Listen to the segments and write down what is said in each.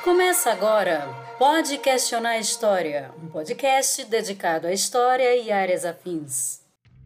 Começa agora, Pode Questionar a História, um podcast dedicado à história e áreas afins.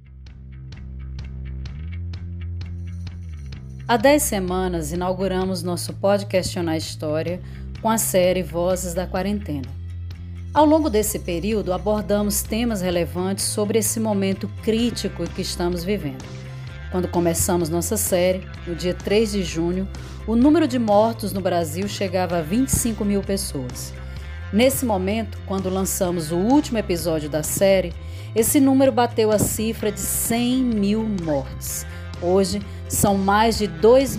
Há 10 semanas inauguramos nosso Pode Questionar a História com a série Vozes da Quarentena. Ao longo desse período, abordamos temas relevantes sobre esse momento crítico que estamos vivendo. Quando começamos nossa série, no dia 3 de junho, o número de mortos no Brasil chegava a 25 mil pessoas. Nesse momento, quando lançamos o último episódio da série, esse número bateu a cifra de 100 mil mortes. Hoje, são mais de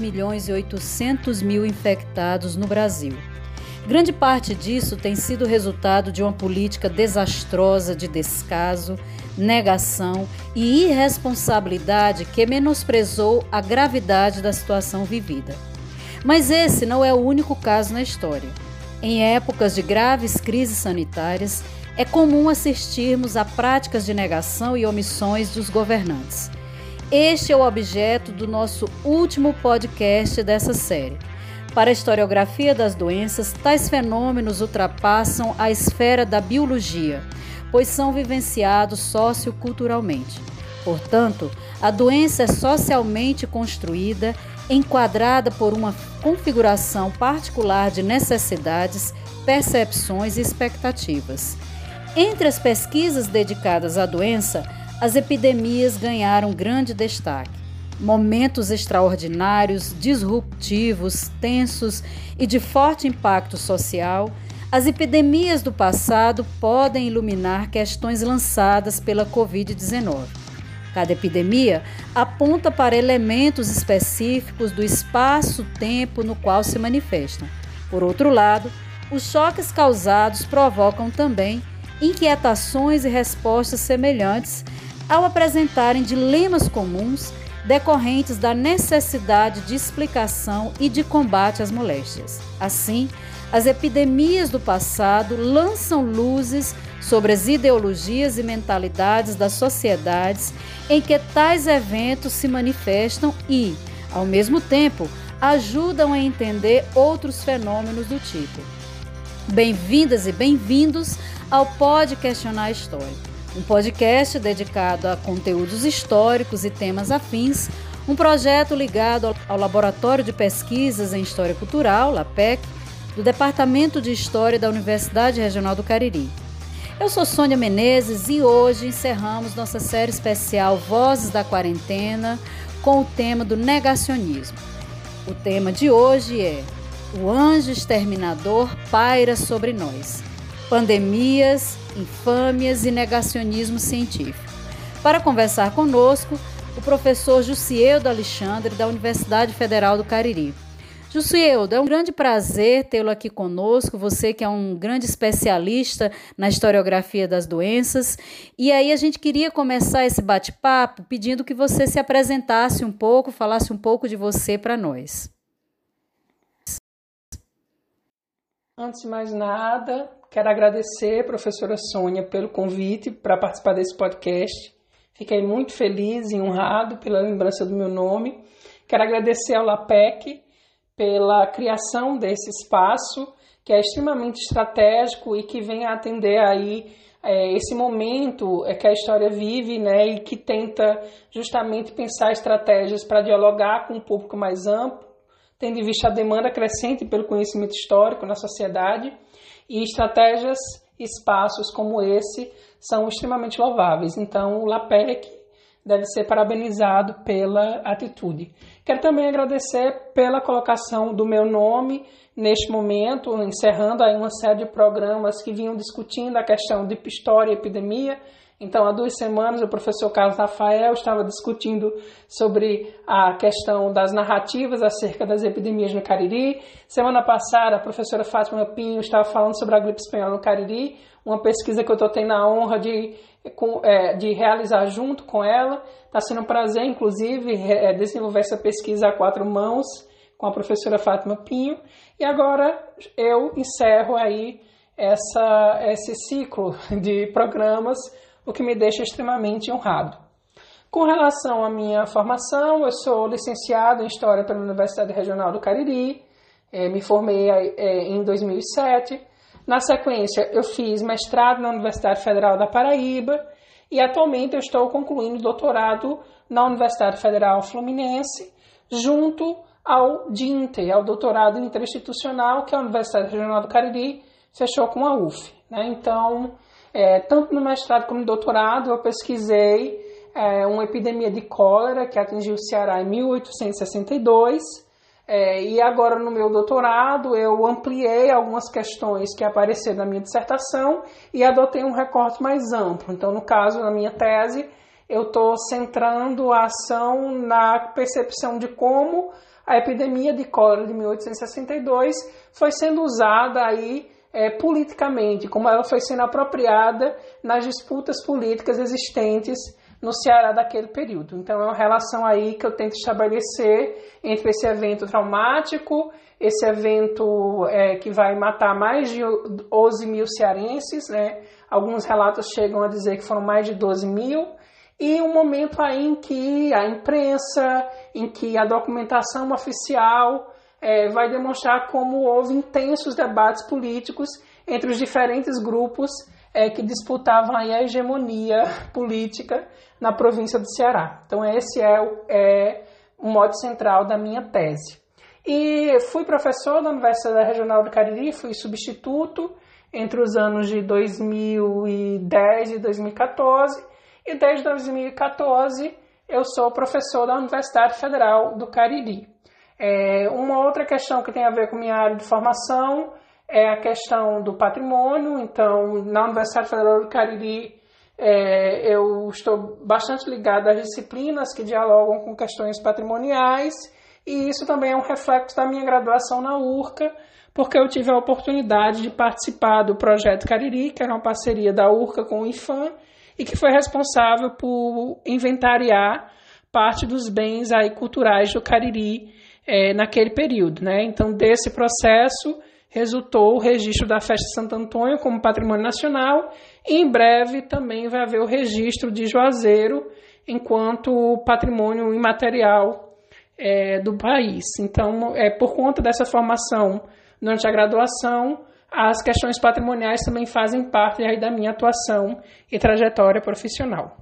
2.800.000 infectados no Brasil. Grande parte disso tem sido resultado de uma política desastrosa de descaso, negação e irresponsabilidade que menosprezou a gravidade da situação vivida. Mas esse não é o único caso na história. Em épocas de graves crises sanitárias, é comum assistirmos a práticas de negação e omissões dos governantes. Este é o objeto do nosso último podcast dessa série. Para a historiografia das doenças, tais fenômenos ultrapassam a esfera da biologia, pois são vivenciados socioculturalmente. Portanto, a doença é socialmente construída, enquadrada por uma configuração particular de necessidades, percepções e expectativas. Entre as pesquisas dedicadas à doença, as epidemias ganharam grande destaque. Momentos extraordinários, disruptivos, tensos e de forte impacto social, as epidemias do passado podem iluminar questões lançadas pela Covid-19. Cada epidemia aponta para elementos específicos do espaço-tempo no qual se manifestam. Por outro lado, os choques causados provocam também inquietações e respostas semelhantes ao apresentarem dilemas comuns decorrentes da necessidade de explicação e de combate às moléstias. Assim, as epidemias do passado lançam luzes sobre as ideologias e mentalidades das sociedades em que tais eventos se manifestam e, ao mesmo tempo, ajudam a entender outros fenômenos do tipo. Bem-vindas e bem-vindos ao Pode Questionar a História, um podcast dedicado a conteúdos históricos e temas afins, um projeto ligado ao Laboratório de Pesquisas em História Cultural, LAPEC, do Departamento de História da Universidade Regional do Cariri. Eu sou Sônia Menezes e hoje encerramos nossa série especial Vozes da Quarentena com o tema do negacionismo. O tema de hoje é O Anjo Exterminador Paira sobre Nós. Pandemias, infâmias e negacionismo científico. Para conversar conosco, o professor Jussieldo Alexandre, da Universidade Federal do Cariri. Jussieldo, é um grande prazer tê-lo aqui conosco, você que é um grande especialista na historiografia das doenças. E aí a gente queria começar esse bate-papo pedindo que você se apresentasse um pouco, falasse um pouco de você para nós. Antes de mais nada, quero agradecer a professora Sônia pelo convite para participar desse podcast. Fiquei muito feliz e honrado pela lembrança do meu nome. Quero agradecer ao LAPEC pela criação desse espaço, que é extremamente estratégico e que vem a atender aí esse momento que a história vive, né, e que tenta justamente pensar estratégias para dialogar com um público mais amplo, tendo em vista a demanda crescente pelo conhecimento histórico na sociedade, e estratégias, espaços como esse são extremamente louváveis. Então, o LAPEC deve ser parabenizado pela atitude. Quero também agradecer pela colocação do meu nome neste momento, encerrando aí uma série de programas que vinham discutindo a questão de história e epidemia. Então, há 2 semanas, o professor Carlos Rafael estava discutindo sobre a questão das narrativas acerca das epidemias no Cariri. Semana passada, a professora Fátima Pinho estava falando sobre a gripe espanhola no Cariri, uma pesquisa que eu estou tendo a honra de realizar junto com ela. Está sendo um prazer, inclusive, desenvolver essa pesquisa a 4 mãos com a professora Fátima Pinho. E agora eu encerro aí esse ciclo de programas, o que me deixa extremamente honrado. Com relação à minha formação, eu sou licenciado em História pela Universidade Regional do Cariri, Me formei em 2007. Na sequência, eu fiz mestrado na Universidade Federal da Paraíba e atualmente eu estou concluindo doutorado na Universidade Federal Fluminense, junto ao DINTE, ao doutorado interinstitucional que a Universidade Regional do Cariri fechou com a UF. Né? Então, tanto no mestrado como no doutorado, eu pesquisei uma epidemia de cólera que atingiu o Ceará em 1862, e agora no meu doutorado eu ampliei algumas questões que apareceram na minha dissertação e adotei um recorte mais amplo. Então, no caso, na minha tese, eu estou centrando a ação na percepção de como a epidemia de cólera de 1862 foi sendo usada aí politicamente, como ela foi sendo apropriada nas disputas políticas existentes no Ceará daquele período. Então é uma relação aí que eu tento estabelecer entre esse evento traumático, esse evento que vai matar mais de 11 mil cearenses, né? Alguns relatos chegam a dizer que foram mais de 12 mil, e um momento aí em que a imprensa, em que a documentação oficial vai demonstrar como houve intensos debates políticos entre os diferentes grupos que disputavam aí a hegemonia política na província do Ceará. Então esse é o mote central da minha tese. E fui professor da Universidade Regional do Cariri, fui substituto entre os anos de 2010 e 2014, e desde 2014 eu sou professor da Universidade Federal do Cariri. Uma outra questão que tem a ver com minha área de formação é a questão do patrimônio. Então, na Universidade Federal do Cariri, eu estou bastante ligado às disciplinas que dialogam com questões patrimoniais, e isso também é um reflexo da minha graduação na URCA, porque eu tive a oportunidade de participar do Projeto Cariri, que era uma parceria da URCA com o IFAM, e que foi responsável por inventariar parte dos bens aí culturais do Cariri naquele período, né? Então, desse processo resultou o registro da Festa de Santo Antônio como patrimônio nacional, e em breve também vai haver o registro de Juazeiro enquanto patrimônio imaterial do país. Então, por conta dessa formação durante a graduação, as questões patrimoniais também fazem parte aí da minha atuação e trajetória profissional.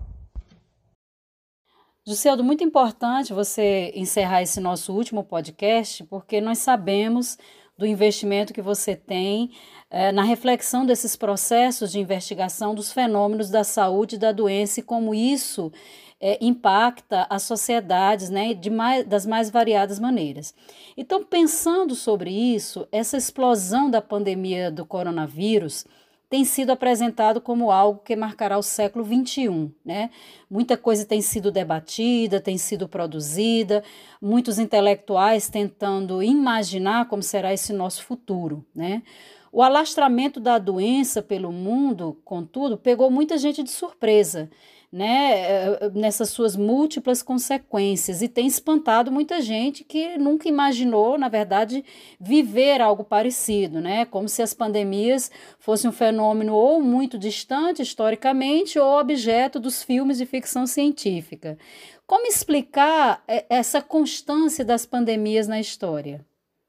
Jusceldo, muito importante você encerrar esse nosso último podcast, porque nós sabemos do investimento que você tem na reflexão desses processos de investigação dos fenômenos da saúde e da doença e como isso impacta as sociedades, né, das mais variadas maneiras. Então, pensando sobre isso, essa explosão da pandemia do coronavírus tem sido apresentado como algo que marcará o século XXI, né? Muita coisa tem sido debatida, tem sido produzida, muitos intelectuais tentando imaginar como será esse nosso futuro, né? O alastramento da doença pelo mundo, contudo, pegou muita gente de surpresa, né, nessas suas múltiplas consequências, e tem espantado muita gente que nunca imaginou, na verdade, viver algo parecido, né, como se as pandemias fossem um fenômeno ou muito distante historicamente ou objeto dos filmes de ficção científica. Como explicar essa constância das pandemias na história?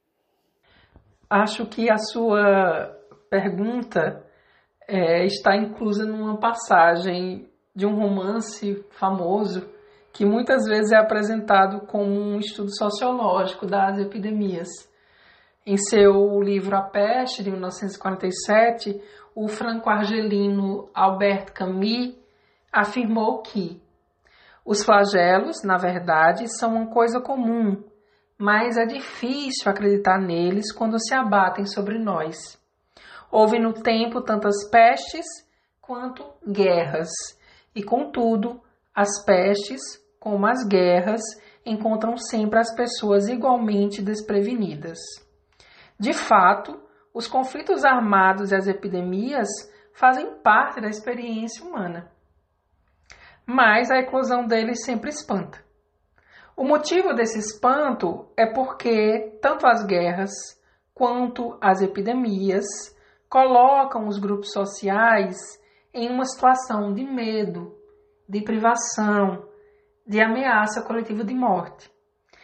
Acho que a sua pergunta está inclusa numa passagem de um romance famoso que muitas vezes é apresentado como um estudo sociológico das epidemias. Em seu livro A Peste, de 1947, o franco-argelino Albert Camus afirmou que os flagelos, na verdade, são uma coisa comum, mas é difícil acreditar neles quando se abatem sobre nós. Houve no tempo tantas pestes quanto guerras, e, contudo, as pestes, como as guerras, encontram sempre as pessoas igualmente desprevenidas. De fato, os conflitos armados e as epidemias fazem parte da experiência humana. Mas a eclosão deles sempre espanta. O motivo desse espanto é porque tanto as guerras quanto as epidemias colocam os grupos sociais em uma situação de medo, de privação, de ameaça coletiva de morte.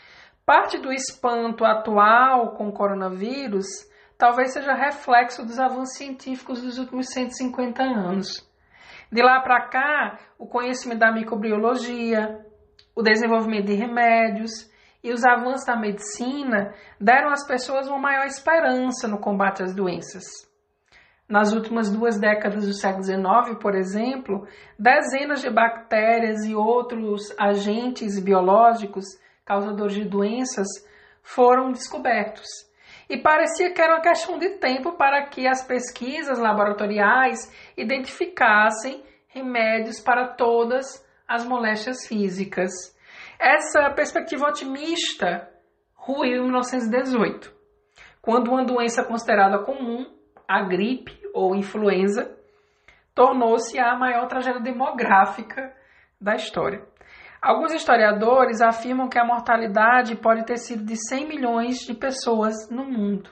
Parte do espanto atual com o coronavírus talvez seja reflexo dos avanços científicos dos últimos 150 anos. De lá para cá, o conhecimento da microbiologia, o desenvolvimento de remédios e os avanços da medicina deram às pessoas uma maior esperança no combate às doenças. Nas últimas 2 décadas do século XIX, por exemplo, dezenas de bactérias e outros agentes biológicos causadores de doenças foram descobertos. E parecia que era uma questão de tempo para que as pesquisas laboratoriais identificassem remédios para todas as moléstias físicas. Essa perspectiva otimista ruiu em 1918, quando uma doença considerada comum, a gripe ou influenza, tornou-se a maior tragédia demográfica da história. Alguns historiadores afirmam que a mortalidade pode ter sido de 100 milhões de pessoas no mundo.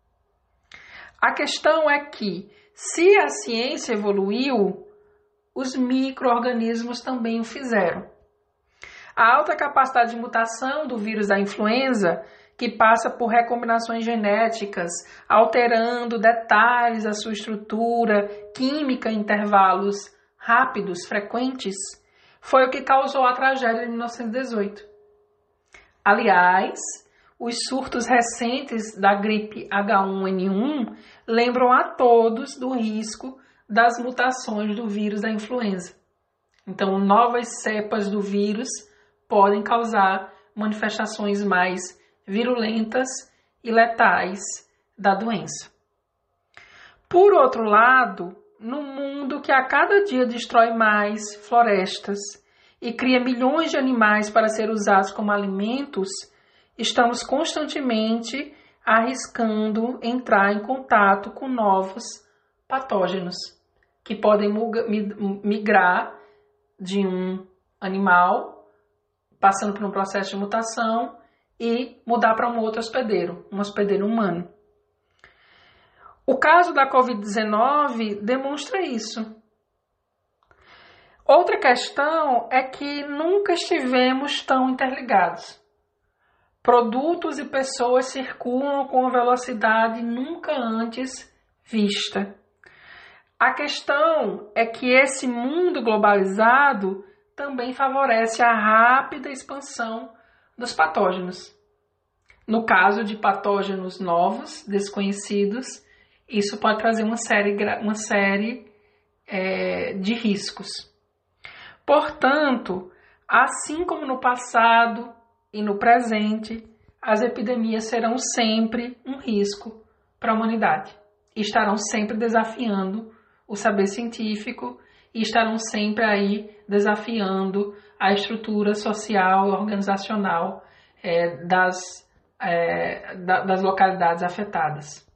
A questão é que, se a ciência evoluiu, os micro-organismos também o fizeram. A alta capacidade de mutação do vírus da influenza, que passa por recombinações genéticas, alterando detalhes da sua estrutura química em intervalos rápidos, frequentes, foi o que causou a tragédia de 1918. Aliás, os surtos recentes da gripe H1N1 lembram a todos do risco das mutações do vírus da influenza. Então, novas cepas do vírus podem causar manifestações mais virulentas e letais da doença. Por outro lado, no mundo que a cada dia destrói mais florestas e cria milhões de animais para ser usados como alimentos, estamos constantemente arriscando entrar em contato com novos patógenos que podem migrar de um animal, passando por um processo de mutação e mudar para um outro hospedeiro, um hospedeiro humano. O caso da Covid-19 demonstra isso. Outra questão é que nunca estivemos tão interligados. Produtos e pessoas circulam com uma velocidade nunca antes vista. A questão é que esse mundo globalizado também favorece a rápida expansão dos patógenos. No caso de patógenos novos, desconhecidos, isso pode trazer uma série de riscos. Portanto, assim como no passado e no presente, as epidemias serão sempre um risco para a humanidade. E estarão sempre desafiando o saber científico e estarão sempre aí desafiando a estrutura social e organizacional das localidades afetadas.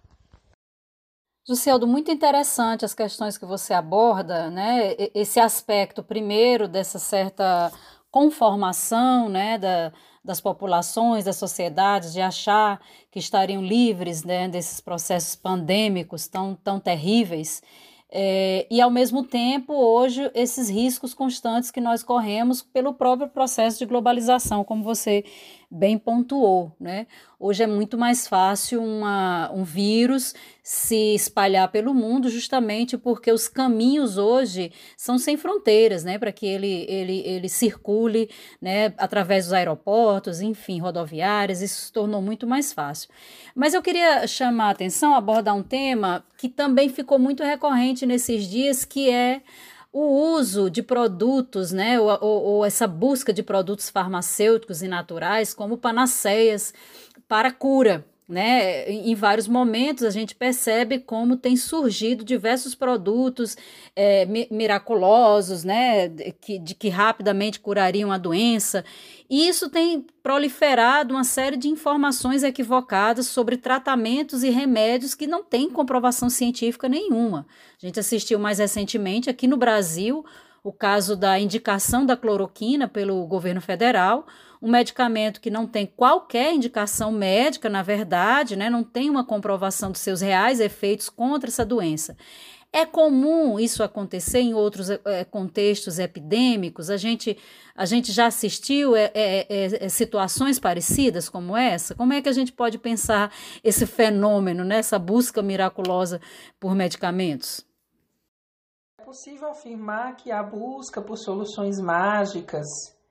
Jusceldo, muito interessante as questões que você aborda, né? Esse aspecto, primeiro, dessa certa conformação, né, das populações, das sociedades, de achar que estariam livres, né, desses processos pandêmicos tão terríveis. E, ao mesmo tempo, hoje, esses riscos constantes que nós corremos pelo próprio processo de globalização, como você bem pontuou, né? Hoje é muito mais fácil um vírus se espalhar pelo mundo, justamente porque os caminhos hoje são sem fronteiras, né? Para que ele circule, né? Através dos aeroportos, enfim, rodoviárias, isso se tornou muito mais fácil. Mas eu queria chamar a atenção, abordar um tema que também ficou muito recorrente nesses dias, que é o uso de produtos, né, ou essa busca de produtos farmacêuticos e naturais como panaceias para cura, né? Em vários momentos a gente percebe como tem surgido diversos produtos miraculosos, né, que rapidamente curariam a doença. E isso tem proliferado uma série de informações equivocadas sobre tratamentos e remédios que não têm comprovação científica nenhuma. A gente assistiu mais recentemente aqui no Brasil o caso da indicação da cloroquina pelo governo federal, um medicamento que não tem qualquer indicação médica, na verdade, né, não tem uma comprovação dos seus reais efeitos contra essa doença. É comum isso acontecer em outros contextos epidêmicos? A gente já assistiu situações parecidas como essa? Como é que a gente pode pensar esse fenômeno, né, essa busca miraculosa por medicamentos? É possível afirmar que a busca por soluções mágicas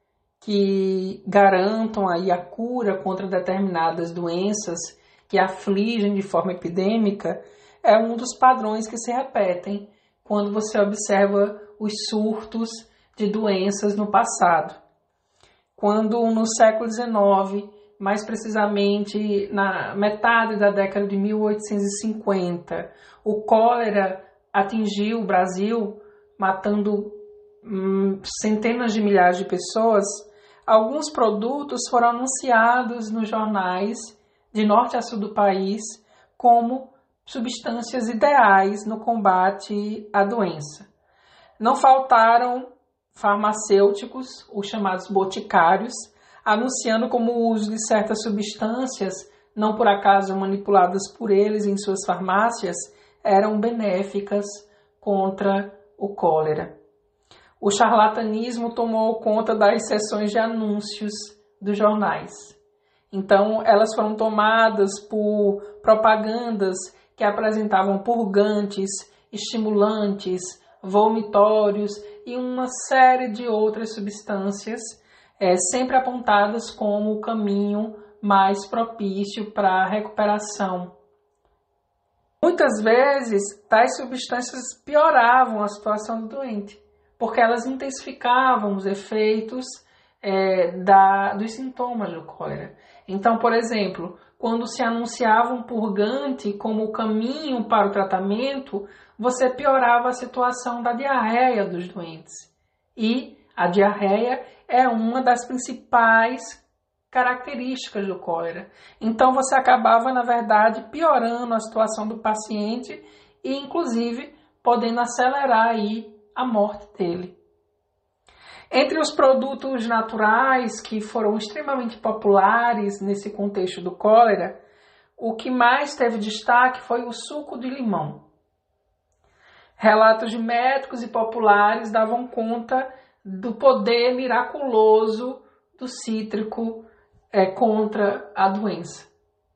que garantam aí a cura contra determinadas doenças que afligem de forma epidêmica é um dos padrões que se repetem quando você observa os surtos de doenças no passado. Quando no século XIX, mais precisamente na metade da década de 1850, o cólera atingiu o Brasil, matando centenas de milhares de pessoas, alguns produtos foram anunciados nos jornais de norte a sul do país como substâncias ideais no combate à doença. Não faltaram farmacêuticos, os chamados boticários, anunciando como o uso de certas substâncias, não por acaso manipuladas por eles em suas farmácias, eram benéficas contra o cólera. O charlatanismo tomou conta das seções de anúncios dos jornais. Então, elas foram tomadas por propagandas que apresentavam purgantes, estimulantes, vomitórios e uma série de outras substâncias, sempre apontadas como o caminho mais propício para a recuperação. Muitas vezes, tais substâncias pioravam a situação do doente, porque elas intensificavam os efeitos dos sintomas do cólera. Então, por exemplo, quando se anunciava um purgante como o caminho para o tratamento, você piorava a situação da diarreia dos doentes. E a diarreia é uma das principais características do cólera. Então, você acabava, na verdade, piorando a situação do paciente e, inclusive, podendo acelerar aí a morte dele. Entre os produtos naturais que foram extremamente populares nesse contexto do cólera, o que mais teve destaque foi o suco de limão. Relatos de médicos e populares davam conta do poder miraculoso do cítrico contra a doença.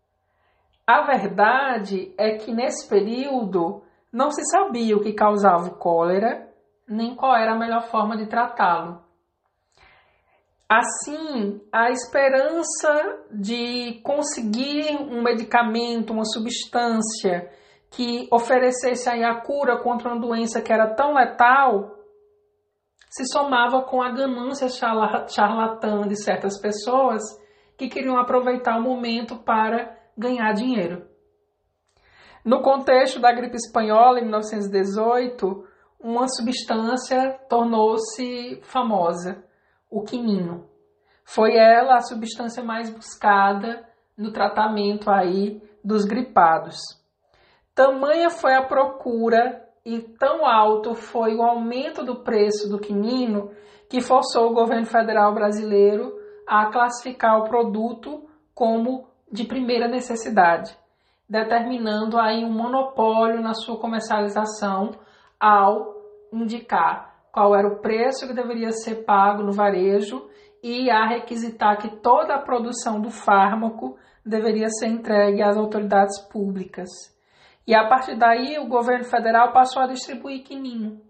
A verdade é que nesse período não se sabia o que causava o cólera, nem qual era a melhor forma de tratá-lo. Assim, a esperança de conseguir um medicamento, uma substância que oferecesse aí a cura contra uma doença que era tão letal, se somava com a ganância charlatã de certas pessoas que queriam aproveitar o momento para ganhar dinheiro. No contexto da gripe espanhola, em 1918, uma substância tornou-se famosa, o quinino. Foi ela a substância mais buscada no tratamento aí dos gripados. Tamanha foi a procura e tão alto foi o aumento do preço do quinino que forçou o governo federal brasileiro a classificar o produto como de primeira necessidade, determinando aí um monopólio na sua comercialização ao indicar qual era o preço que deveria ser pago no varejo e a requisitar que toda a produção do fármaco deveria ser entregue às autoridades públicas. E a partir daí o governo federal passou a distribuir quinino.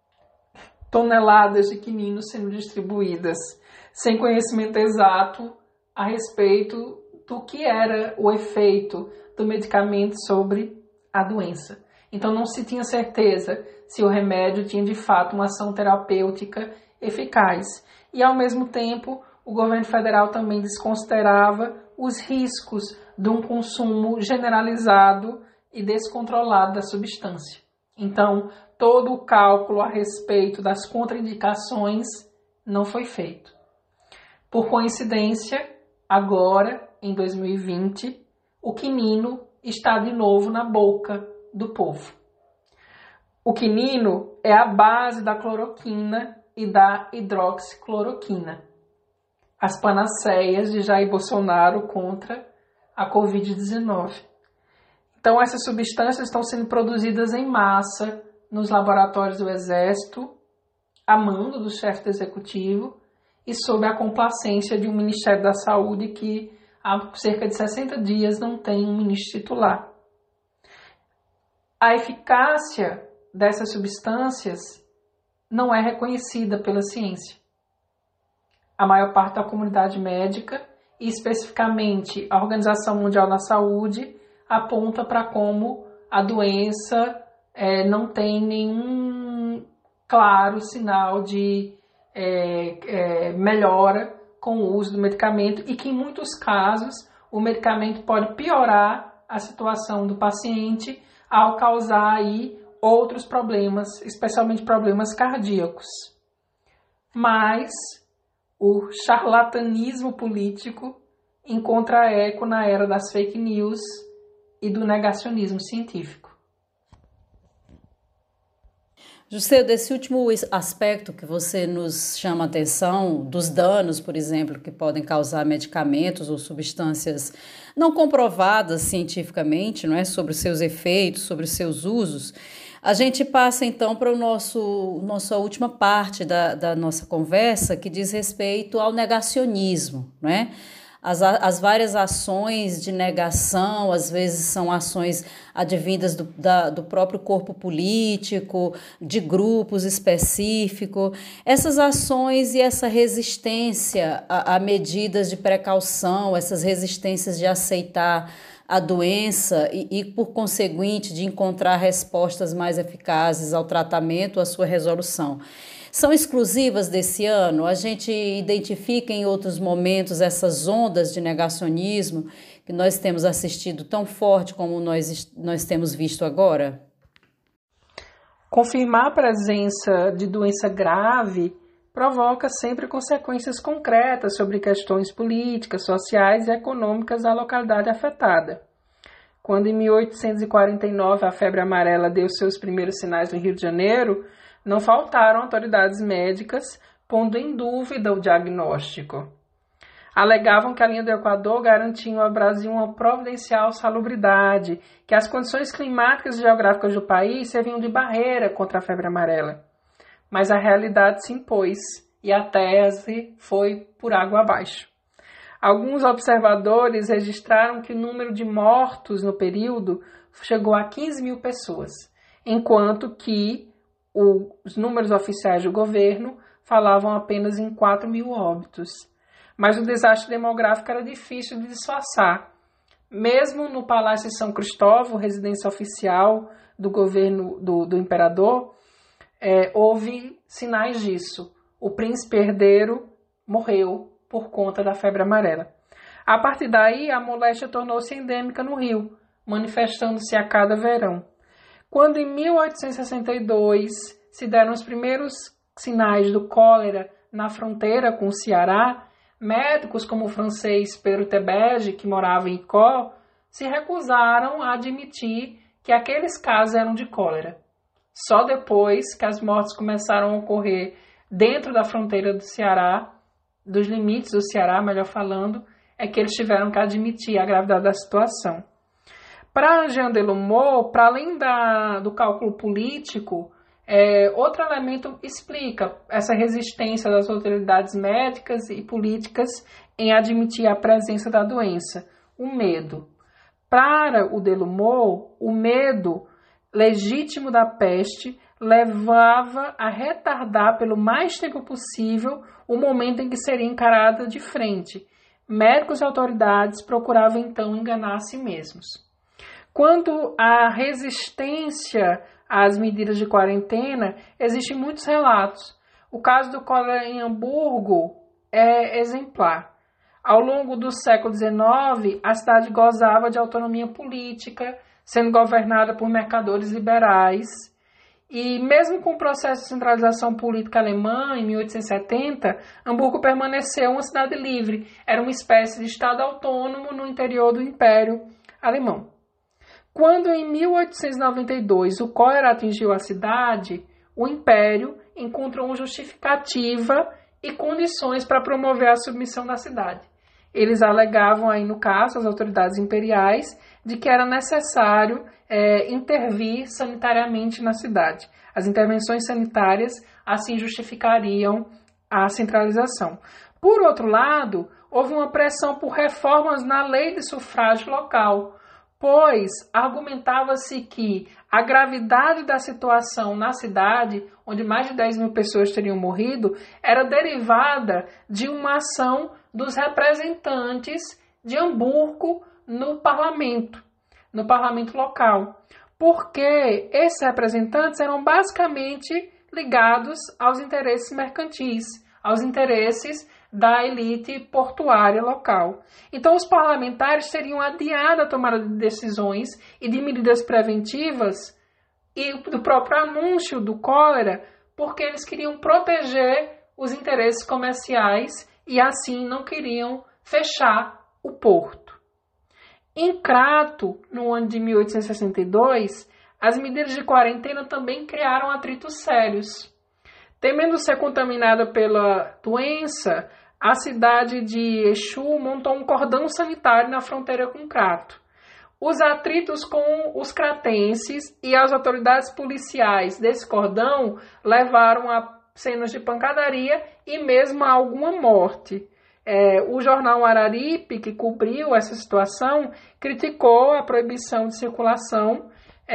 Toneladas de quinino sendo distribuídas, sem conhecimento exato a respeito do que era o efeito do medicamento sobre a doença. Então não se tinha certeza se o remédio tinha de fato uma ação terapêutica eficaz. E ao mesmo tempo, o governo federal também desconsiderava os riscos de um consumo generalizado e descontrolado da substância. Então, todo o cálculo a respeito das contraindicações não foi feito. Por coincidência, agora, em 2020, o quinino está de novo na boca do povo. O quinino é a base da cloroquina e da hidroxicloroquina, as panaceias de Jair Bolsonaro contra a Covid-19. Então, essas substâncias estão sendo produzidas em massa nos laboratórios do Exército, a mando do chefe do Executivo e sob a complacência de um Ministério da Saúde que há cerca de 60 dias não tem um ministro titular. A eficácia dessas substâncias não é reconhecida pela ciência. A maior parte da comunidade médica, e especificamente a Organização Mundial da Saúde, aponta para como a doença não tem nenhum claro sinal de melhora com o uso do medicamento e que em muitos casos o medicamento pode piorar a situação do paciente ao causar aí outros problemas, especialmente problemas cardíacos. Mas o charlatanismo político encontra eco na era das fake news e do negacionismo científico. Jusceio, desse último aspecto que você nos chama a atenção, dos danos, por exemplo, que podem causar medicamentos ou substâncias não comprovadas cientificamente, não é, sobre os seus efeitos, sobre os seus usos, a gente passa então para nossa última parte da nossa conversa, que diz respeito ao negacionismo, não é? As várias ações de negação, às vezes são ações advindas do próprio corpo político, de grupos específicos. Essas ações e essa resistência a medidas de precaução, essas resistências de aceitar a doença e, por conseguinte, de encontrar respostas mais eficazes ao tratamento, à sua resolução. São exclusivas desse ano? A gente identifica em outros momentos essas ondas de negacionismo que nós temos assistido tão forte como nós temos visto agora? Confirmar a presença de doença grave provoca sempre consequências concretas sobre questões políticas, sociais e econômicas da localidade afetada. Quando em 1849 a febre amarela deu seus primeiros sinais no Rio de Janeiro, não faltaram autoridades médicas pondo em dúvida o diagnóstico. Alegavam que a linha do Equador garantia ao Brasil uma providencial salubridade, que as condições climáticas e geográficas do país serviam de barreira contra a febre amarela. Mas a realidade se impôs e a tese foi por água abaixo. Alguns observadores registraram que o número de mortos no período chegou a 15 mil pessoas, enquanto que os números oficiais do governo falavam apenas em 4 mil óbitos. Mas o desastre demográfico era difícil de disfarçar. Mesmo no Palácio de São Cristóvão, residência oficial do governo do imperador, houve sinais disso. O príncipe herdeiro morreu por conta da febre amarela. A partir daí, a moléstia tornou-se endêmica no Rio, manifestando-se a cada verão. Quando em 1862 se deram os primeiros sinais do cólera na fronteira com o Ceará, médicos como o francês Pedro Tebege, que morava em Icó, se recusaram a admitir que aqueles casos eram de cólera. Só depois que as mortes começaram a ocorrer dentro da fronteira do Ceará, dos limites do Ceará, melhor falando, é que eles tiveram que admitir a gravidade da situação. Para Jean Delumeau, para além do cálculo político, outro elemento explica essa resistência das autoridades médicas e políticas em admitir a presença da doença, o medo. Para o Delumeau, o medo legítimo da peste levava a retardar pelo mais tempo possível o momento em que seria encarada de frente. Médicos e autoridades procuravam então enganar a si mesmos. Quanto à resistência às medidas de quarentena, existem muitos relatos. O caso do cólera em Hamburgo é exemplar. Ao longo do século XIX, a cidade gozava de autonomia política, sendo governada por mercadores liberais. E mesmo com o processo de centralização política alemã, em 1870, Hamburgo permaneceu uma cidade livre. Era uma espécie de estado autônomo no interior do Império Alemão. Quando, em 1892, o cólera atingiu a cidade, o Império encontrou uma justificativa e condições para promover a submissão da cidade. eles alegavam aí, no caso, as autoridades imperiais, de que era necessário intervir sanitariamente na cidade. As intervenções sanitárias assim justificariam a centralização. Por outro lado, houve uma pressão por reformas na lei de sufrágio local, pois argumentava-se que a gravidade da situação na cidade, onde mais de 10 mil pessoas teriam morrido, era derivada de uma ação dos representantes de Hamburgo no parlamento local, porque esses representantes eram basicamente ligados aos interesses mercantis, aos interesses da elite portuária local. Então, os parlamentares teriam adiado a tomada de decisões e de medidas preventivas e do próprio anúncio do cólera, porque eles queriam proteger os interesses comerciais e, assim, não queriam fechar o porto. Em Crato, no ano de 1862, as medidas de quarentena também criaram atritos sérios. Temendo ser contaminada pela doença, a cidade de Exu montou um cordão sanitário na fronteira com Crato. Os atritos com os cratenses e as autoridades policiais desse cordão levaram a cenas de pancadaria e mesmo a alguma morte. O jornal Araripe, que cobriu essa situação, criticou a proibição de circulação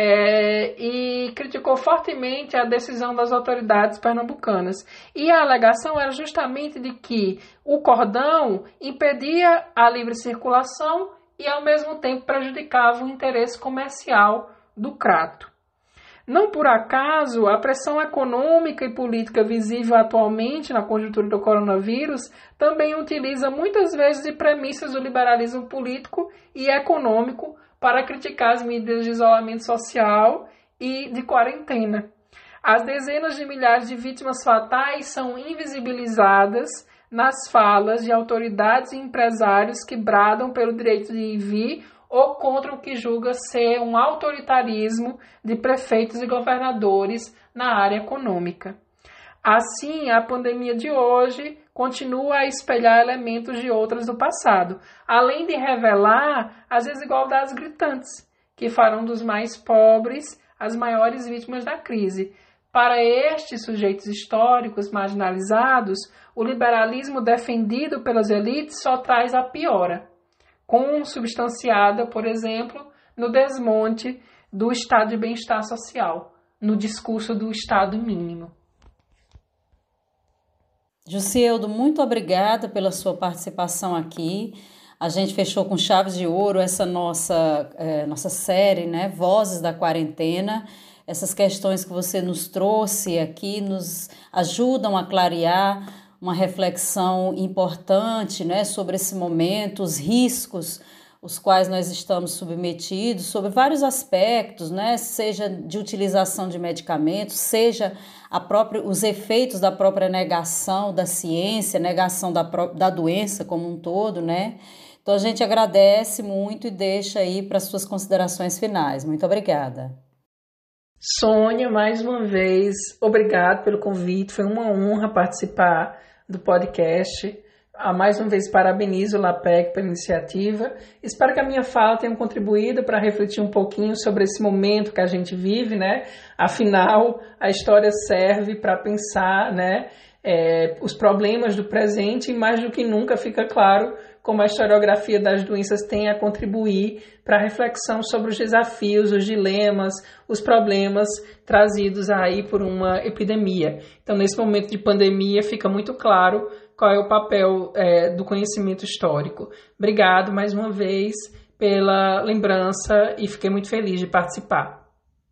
e criticou fortemente a decisão das autoridades pernambucanas. E a alegação era justamente de que o cordão impedia a livre circulação e, ao mesmo tempo, prejudicava o interesse comercial do Crato. Não por acaso, a pressão econômica e política visível atualmente na conjuntura do coronavírus também utiliza muitas vezes de premissas do liberalismo político e econômico para criticar as medidas de isolamento social e de quarentena. As dezenas de milhares de vítimas fatais são invisibilizadas nas falas de autoridades e empresários que bradam pelo direito de ir e vir ou contra o que julga ser um autoritarismo de prefeitos e governadores na área econômica. Assim, a pandemia de hoje continua a espelhar elementos de outras do passado, além de revelar as desigualdades gritantes, que farão dos mais pobres as maiores vítimas da crise. Para estes sujeitos históricos marginalizados, o liberalismo defendido pelas elites só traz a piora, consubstanciada, por exemplo, no desmonte do estado de bem-estar social, no discurso do estado mínimo. Jussieldo, muito obrigada pela sua participação aqui. A gente fechou com chaves de ouro essa nossa série, né? Vozes da Quarentena. Essas questões que você nos trouxe aqui nos ajudam a clarear uma reflexão importante, né, sobre esse momento, os riscos os quais nós estamos submetidos, sobre vários aspectos, né, seja de utilização de medicamentos, seja os efeitos da própria negação da ciência, negação da doença como um todo, né? Então a gente agradece muito e deixa aí para as suas considerações finais. Muito obrigada. Sônia, mais uma vez, obrigado pelo convite, foi uma honra participar do podcast. Mais uma vez, parabenizo o LAPEC pela iniciativa. Espero que a minha fala tenha contribuído para refletir um pouquinho sobre esse momento que a gente vive, né? Afinal, a história serve para pensar, né, os problemas do presente e, mais do que nunca, fica claro como a historiografia das doenças tem a contribuir para a reflexão sobre os desafios, os dilemas, os problemas trazidos aí por uma epidemia. Então, nesse momento de pandemia, fica muito claro qual é o papel do conhecimento histórico. Obrigado mais uma vez pela lembrança e fiquei muito feliz de participar.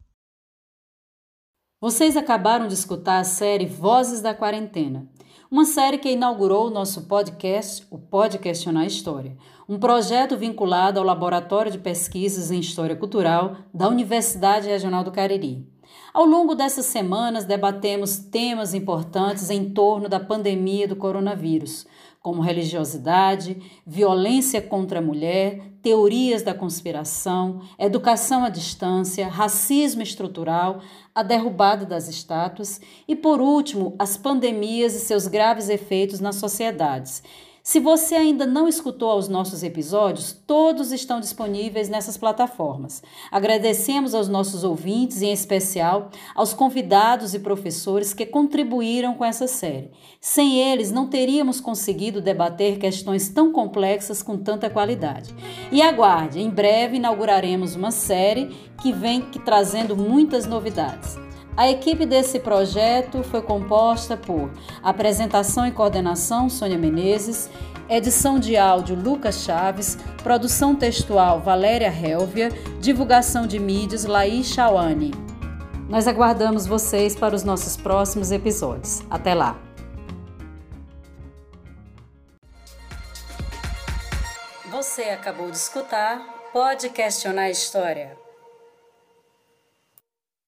Vocês acabaram de escutar a série Vozes da Quarentena, uma série que inaugurou o nosso podcast, o Pode Questionar História, um projeto vinculado ao Laboratório de Pesquisas em História Cultural da Universidade Regional do Cariri. Ao longo dessas semanas, debatemos temas importantes em torno da pandemia do coronavírus, como religiosidade, violência contra a mulher, teorias da conspiração, educação à distância, racismo estrutural, a derrubada das estátuas e, por último, as pandemias e seus graves efeitos nas sociedades, Se você ainda não escutou os nossos episódios, todos estão disponíveis nessas plataformas. Agradecemos aos nossos ouvintes, em especial aos convidados e professores que contribuíram com essa série. Sem eles, não teríamos conseguido debater questões tão complexas com tanta qualidade. E aguarde, em breve inauguraremos uma série que vem trazendo muitas novidades. A equipe desse projeto foi composta por apresentação e coordenação Sônia Menezes, edição de áudio Lucas Chaves, produção textual Valéria Helvia, divulgação de mídias Laís Chauani. Nós aguardamos vocês para os nossos próximos episódios. Até lá! Você acabou de escutar Pode Questionar a História.